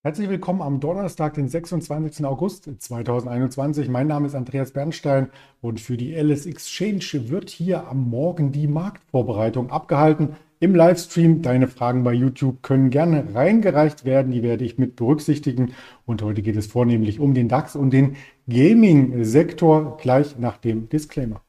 Herzlich willkommen am Donnerstag, den 26. August 2021. Mein Name ist Andreas Bernstein und für die LS Exchange wird hier am Morgen die Marktvorbereitung abgehalten. Im Livestream, deine Fragen bei YouTube können gerne reingereicht werden, die werde ich mit berücksichtigen. Und heute geht es vornehmlich um den DAX und den Gaming-Sektor, gleich nach dem Disclaimer.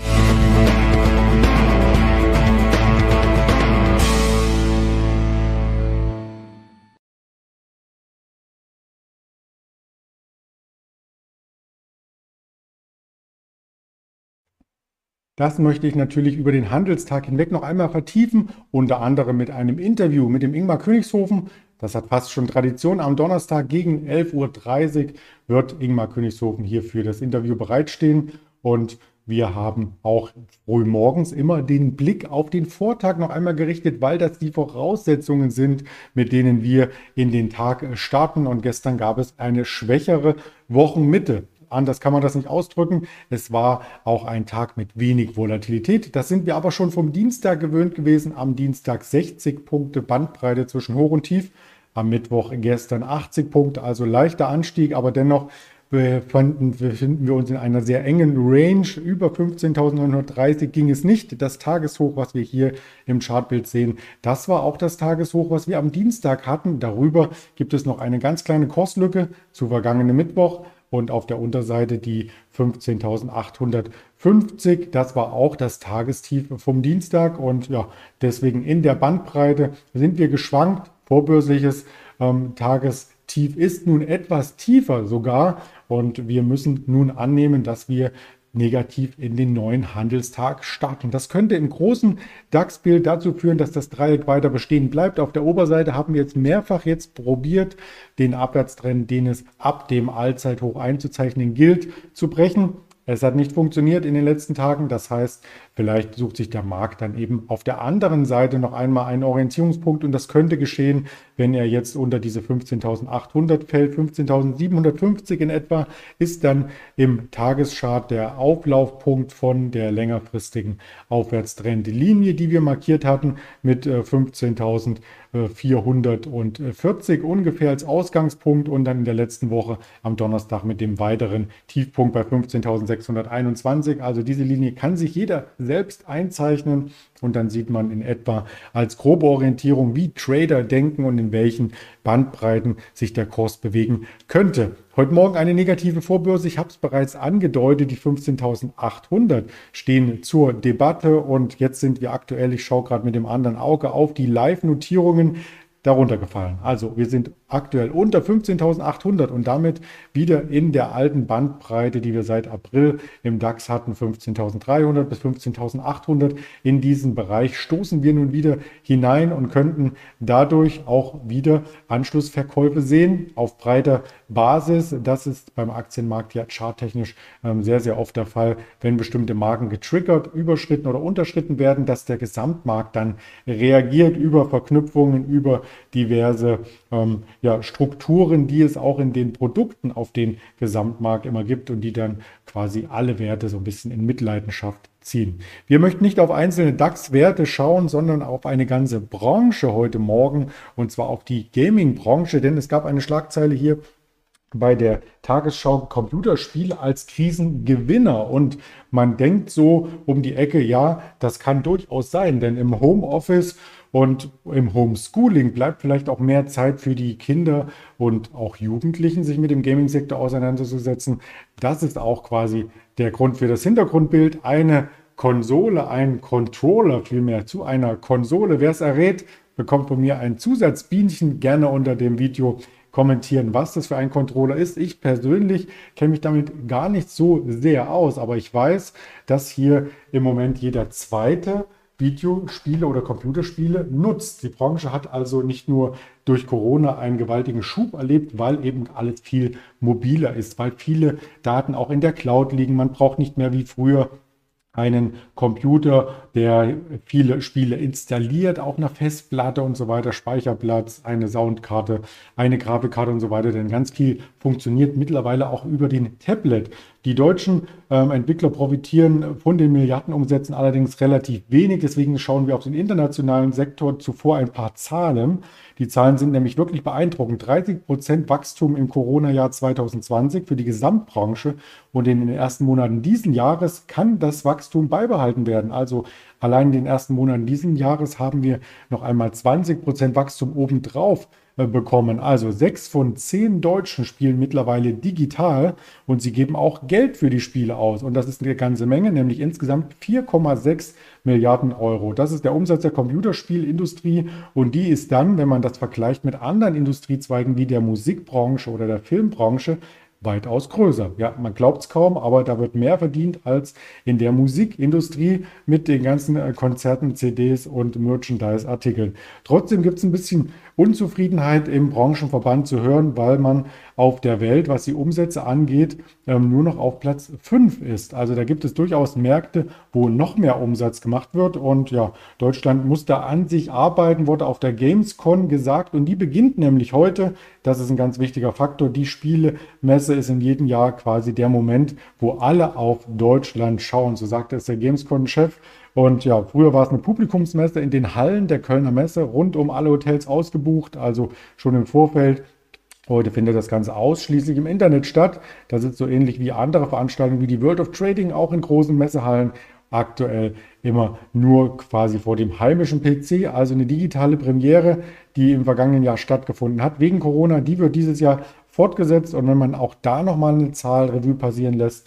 Das möchte ich natürlich über den Handelstag hinweg noch einmal vertiefen, unter anderem mit einem Interview mit dem Ingmar Königshofen. Das hat fast schon Tradition. Am Donnerstag gegen 11:30 Uhr wird Ingmar Königshofen hier für das Interview bereitstehen. Und wir haben auch früh morgens immer den Blick auf den Vortag noch einmal gerichtet, weil das die Voraussetzungen sind, mit denen wir in den Tag starten. Und gestern gab es eine schwächere Wochenmitte. Anders kann man das nicht ausdrücken. Es war auch ein Tag mit wenig Volatilität. Das sind wir aber schon vom Dienstag gewöhnt gewesen. Am Dienstag 60 Punkte Bandbreite zwischen Hoch und Tief. Am Mittwoch gestern 80 Punkte, also leichter Anstieg, aber dennoch befinden wir uns in einer sehr engen Range. Über 15.930 ging es nicht. Das Tageshoch, was wir hier im Chartbild sehen, das war auch das Tageshoch, was wir am Dienstag hatten. Darüber gibt es noch eine ganz kleine Kurslücke zu vergangenen Mittwoch. Und auf der Unterseite die 15.850. Das war auch das Tagestief vom Dienstag. Und ja, deswegen in der Bandbreite sind wir geschwankt. Vorbörsliches Tagestief ist nun etwas tiefer sogar. Und wir müssen nun annehmen, dass wir negativ in den neuen Handelstag starten. Das könnte im großen DAX-Bild dazu führen, dass das Dreieck weiter bestehen bleibt. Auf der Oberseite haben wir jetzt mehrfach probiert, den Abwärtstrend, den es ab dem Allzeithoch einzuzeichnen gilt, zu brechen. Es hat nicht funktioniert in den letzten Tagen. Das heißt, vielleicht sucht sich der Markt dann eben auf der anderen Seite noch einmal einen Orientierungspunkt. Und das könnte geschehen, wenn er jetzt unter diese 15.800 fällt. 15.750 in etwa ist dann im Tageschart der Auflaufpunkt von der längerfristigen Aufwärtstrendlinie, die wir markiert hatten, mit 15.440 ungefähr als Ausgangspunkt und dann in der letzten Woche am Donnerstag mit dem weiteren Tiefpunkt bei 15.621. Also diese Linie kann sich jeder selbst einzeichnen und dann sieht man in etwa als grobe Orientierung, wie Trader denken und in welchen Bandbreiten sich der Kurs bewegen könnte. Heute Morgen eine negative Vorbörse, ich habe es bereits angedeutet, die 15.800 stehen zur Debatte und jetzt sind wir aktuell, ich schaue gerade mit dem anderen Auge auf die Live-Notierungen, darunter gefallen. Also wir sind aktuell unter 15.800 und damit wieder in der alten Bandbreite, die wir seit April im DAX hatten, 15.300 bis 15.800. In diesen Bereich stoßen wir nun wieder hinein und könnten dadurch auch wieder Anschlussverkäufe sehen auf breiter Basis. Das ist beim Aktienmarkt ja charttechnisch sehr, sehr oft der Fall, wenn bestimmte Marken getriggert, überschritten oder unterschritten werden, dass der Gesamtmarkt dann reagiert über Verknüpfungen, über diverse Strukturen, die es auch in den Produkten auf den Gesamtmarkt immer gibt und die dann quasi alle Werte so ein bisschen in Mitleidenschaft ziehen. Wir möchten nicht auf einzelne DAX-Werte schauen, sondern auf eine ganze Branche heute Morgen und zwar auf die Gaming-Branche, denn es gab eine Schlagzeile hier bei der Tagesschau: Computerspiele als Krisengewinner. Und man denkt so um die Ecke, ja, das kann durchaus sein, denn im Homeoffice und im Homeschooling bleibt vielleicht auch mehr Zeit für die Kinder und auch Jugendlichen, sich mit dem Gaming-Sektor auseinanderzusetzen. Das ist auch quasi der Grund für das Hintergrundbild. Eine Konsole, ein Controller vielmehr zu einer Konsole. Wer es errät, bekommt von mir ein Zusatzbienchen. Gerne unter dem Video kommentieren, was das für ein Controller ist. Ich persönlich kenne mich damit gar nicht so sehr aus, aber ich weiß, dass hier im Moment jeder zweite Videospiele oder Computerspiele nutzt. Die Branche hat also nicht nur durch Corona einen gewaltigen Schub erlebt, weil eben alles viel mobiler ist, weil viele Daten auch in der Cloud liegen. Man braucht nicht mehr wie früher einen Computer, der viele Spiele installiert, auf einer Festplatte und so weiter, Speicherplatz, eine Soundkarte, eine Grafikkarte und so weiter, denn ganz viel funktioniert mittlerweile auch über den Tablet. Die deutschen Entwickler profitieren von den Milliardenumsätzen allerdings relativ wenig, deswegen schauen wir auf den internationalen Sektor zuvor ein paar Zahlen. Die Zahlen sind nämlich wirklich beeindruckend. 30% Wachstum im Corona-Jahr 2020 für die Gesamtbranche und in den ersten Monaten diesen Jahres kann das Wachstum beibehalten werden. Also allein in den ersten Monaten diesen Jahres haben wir noch einmal 20% Wachstum obendrauf bekommen. Also 6 von 10 Deutschen spielen mittlerweile digital und sie geben auch Geld für die Spiele aus. Und das ist eine ganze Menge, nämlich insgesamt 4,6 Milliarden Euro. Das ist der Umsatz der Computerspielindustrie und die ist dann, wenn man das vergleicht mit anderen Industriezweigen wie der Musikbranche oder der Filmbranche, weitaus größer. Ja, man glaubt es kaum, aber da wird mehr verdient als in der Musikindustrie mit den ganzen Konzerten, CDs und Merchandise-Artikeln. Trotzdem gibt es ein bisschen Unzufriedenheit im Branchenverband zu hören, weil man auf der Welt, was die Umsätze angeht, nur noch auf Platz 5 ist. Also da gibt es durchaus Märkte, wo noch mehr Umsatz gemacht wird. Und ja, Deutschland muss da an sich arbeiten, wurde auf der Gamescom gesagt. Und die beginnt nämlich heute. Das ist ein ganz wichtiger Faktor. Die Spielemesse ist in jedem Jahr quasi der Moment, wo alle auf Deutschland schauen. So sagte es der Gamescom-Chef. Und ja, früher war es eine Publikumsmesse in den Hallen der Kölner Messe, rund um alle Hotels ausgebucht, also schon im Vorfeld. Heute findet das Ganze ausschließlich im Internet statt. Das ist so ähnlich wie andere Veranstaltungen wie die World of Trading, auch in großen Messehallen. Aktuell immer nur quasi vor dem heimischen PC, also eine digitale Premiere, die im vergangenen Jahr stattgefunden hat. Wegen Corona, die wird dieses Jahr fortgesetzt. Und wenn man auch da nochmal eine Zahl Revue passieren lässt,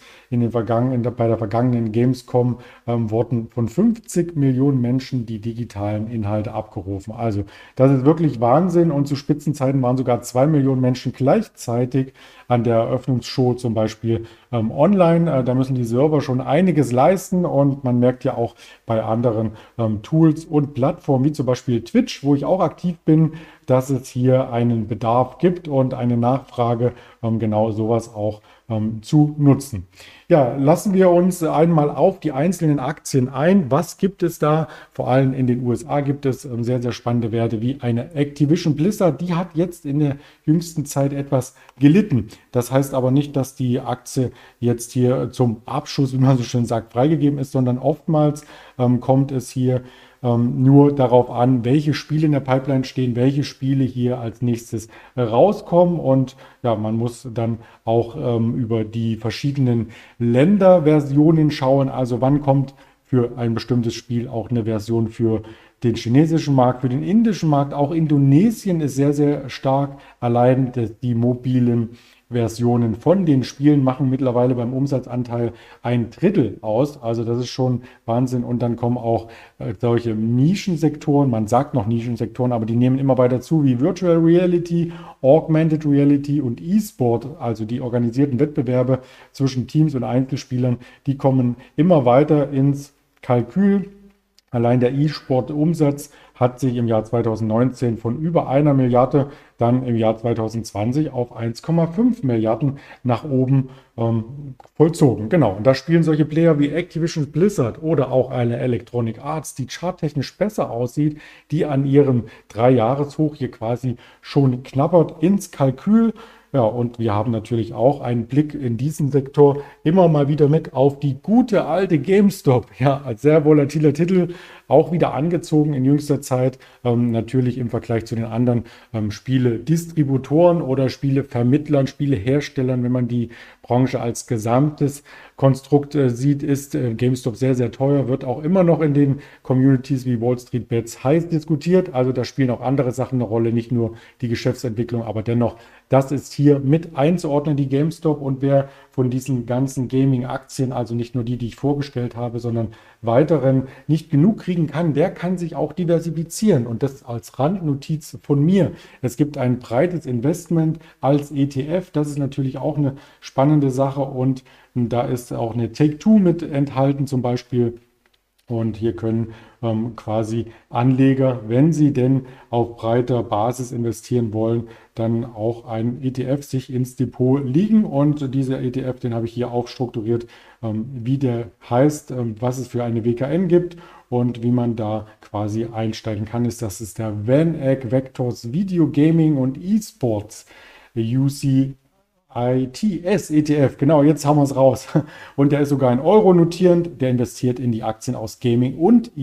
bei der vergangenen Gamescom wurden von 50 Millionen Menschen die digitalen Inhalte abgerufen. Also das ist wirklich Wahnsinn und zu Spitzenzeiten waren sogar 2 Millionen Menschen gleichzeitig an der Eröffnungsshow zum Beispiel online. Da müssen die Server schon einiges leisten und man merkt ja auch bei anderen Tools und Plattformen wie zum Beispiel Twitch, wo ich auch aktiv bin, dass es hier einen Bedarf gibt und eine Nachfrage, genau sowas auch zu nutzen. Ja, lassen wir uns einmal auf die einzelnen Aktien ein. Was gibt es da? Vor allem in den USA gibt es sehr, sehr spannende Werte wie eine Activision Blizzard. Die hat jetzt in der jüngsten Zeit etwas gelitten. Das heißt aber nicht, dass die Aktie jetzt hier zum Abschuss, wie man so schön sagt, freigegeben ist, sondern oftmals kommt es hier nur darauf an, welche Spiele in der Pipeline stehen, welche Spiele hier als nächstes rauskommen. Und ja, man muss dann auch über die verschiedenen Länderversionen schauen. Also wann kommt für ein bestimmtes Spiel auch eine Version für den chinesischen Markt, für den indischen Markt. Auch Indonesien ist sehr, sehr stark. Allein die mobilen Versionen von den Spielen machen mittlerweile beim Umsatzanteil 1/3 aus. Also das ist schon Wahnsinn. Und dann kommen auch solche Nischensektoren, man sagt noch Nischensektoren, aber die nehmen immer weiter zu, wie Virtual Reality, Augmented Reality und E-Sport, also die organisierten Wettbewerbe zwischen Teams und Einzelspielern, die kommen immer weiter ins Kalkül. Allein der E-Sport-Umsatz hat sich im Jahr 2019 von über 1 Milliarde dann im Jahr 2020 auf 1,5 Milliarden nach oben vollzogen. Genau, und da spielen solche Player wie Activision Blizzard oder auch eine Electronic Arts, die charttechnisch besser aussieht, die an ihrem 3-Jahres-Hoch hier quasi schon knabbert ins Kalkül. Ja, und wir haben natürlich auch einen Blick in diesen Sektor immer mal wieder mit auf die gute alte GameStop. Ja, als sehr volatiler Titel auch wieder angezogen in jüngster Zeit. Natürlich im Vergleich zu den anderen Spiele-Distributoren oder Spielevermittlern, Spieleherstellern, wenn man die Branche als gesamtes Konstrukt sieht, ist GameStop sehr, sehr teuer, wird auch immer noch in den Communities wie Wall Street Bets heiß diskutiert. Also da spielen auch andere Sachen eine Rolle, nicht nur die Geschäftsentwicklung, aber dennoch, das ist hier mit einzuordnen, die GameStop. Und wer von diesen ganzen Gaming-Aktien, also nicht nur die, die ich vorgestellt habe, sondern weiteren nicht genug kriegen kann, der kann sich auch diversifizieren. Und das als Randnotiz von mir. Es gibt ein breites Investment als ETF. Das ist natürlich auch eine spannende Sache. Und da ist auch eine Take-Two mit enthalten zum Beispiel. Und hier können quasi Anleger, wenn sie denn auf breiter Basis investieren wollen, dann auch ein ETF sich ins Depot legen. Und dieser ETF, den habe ich hier auch strukturiert, wie der heißt, was es für eine WKN gibt und wie man da quasi einsteigen kann. Das ist der VanEck Vectors Video Gaming und eSports UC ITS ETF, genau, jetzt haben wir es raus. Und der ist sogar in Euro notierend, der investiert in die Aktien aus Gaming und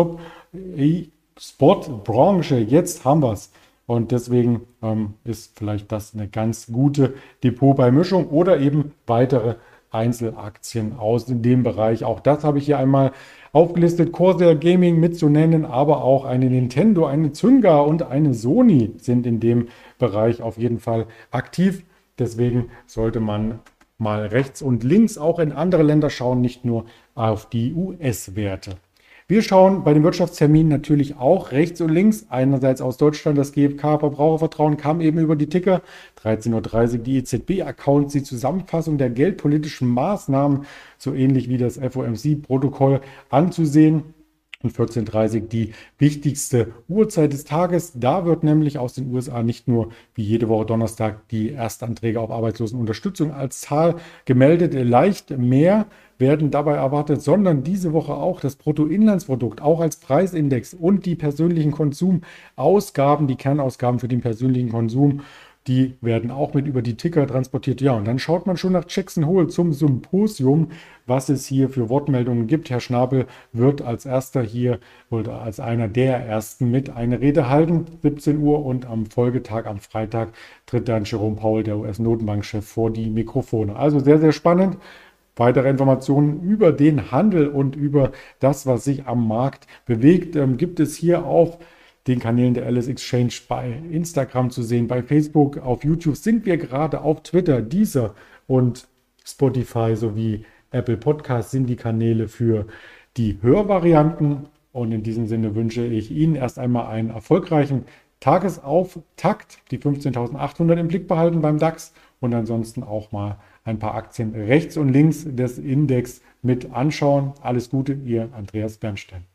E-Sport-Branche. Jetzt haben wir es. Und deswegen ist vielleicht das eine ganz gute Depotbeimischung oder eben weitere Einzelaktien aus dem Bereich. Auch das habe ich hier einmal aufgelistet. Corsair Gaming mitzunennen, aber auch eine Nintendo, eine Zynga und eine Sony sind in dem Bereich auf jeden Fall aktiv. Deswegen sollte man mal rechts und links auch in andere Länder schauen, nicht nur auf die US-Werte. Wir schauen bei den Wirtschaftsterminen natürlich auch rechts und links. Einerseits aus Deutschland, das GfK Verbrauchervertrauen kam eben über die Ticker. 13:30 Uhr die EZB-Accounts, die Zusammenfassung der geldpolitischen Maßnahmen, so ähnlich wie das FOMC-Protokoll anzusehen. Und 14:30 Uhr die wichtigste Uhrzeit des Tages. Da wird nämlich aus den USA nicht nur wie jede Woche Donnerstag die Erstanträge auf Arbeitslosenunterstützung als Zahl gemeldet. Leicht mehr werden dabei erwartet, sondern diese Woche auch das Bruttoinlandsprodukt, auch als Preisindex und die persönlichen Konsumausgaben, die Kernausgaben für den persönlichen Konsum. Die werden auch mit über die Ticker transportiert. Ja, und dann schaut man schon nach Jackson Hole zum Symposium, was es hier für Wortmeldungen gibt. Herr Schnabel wird als erster hier oder als einer der ersten mit eine Rede halten, 17 Uhr. Und am Folgetag, am Freitag, tritt dann Jerome Powell, der US-Notenbankchef, vor die Mikrofone. Also sehr, sehr spannend. Weitere Informationen über den Handel und über das, was sich am Markt bewegt, gibt es hier auf den Kanälen der Alice Exchange bei Instagram zu sehen, bei Facebook, auf YouTube sind wir gerade, auf Twitter, Deezer und Spotify sowie Apple Podcasts sind die Kanäle für die Hörvarianten. Und in diesem Sinne wünsche ich Ihnen erst einmal einen erfolgreichen Tagesauftakt, die 15.800 im Blick behalten beim DAX und ansonsten auch mal ein paar Aktien rechts und links des Index mit anschauen. Alles Gute, Ihr Andreas Bernstein.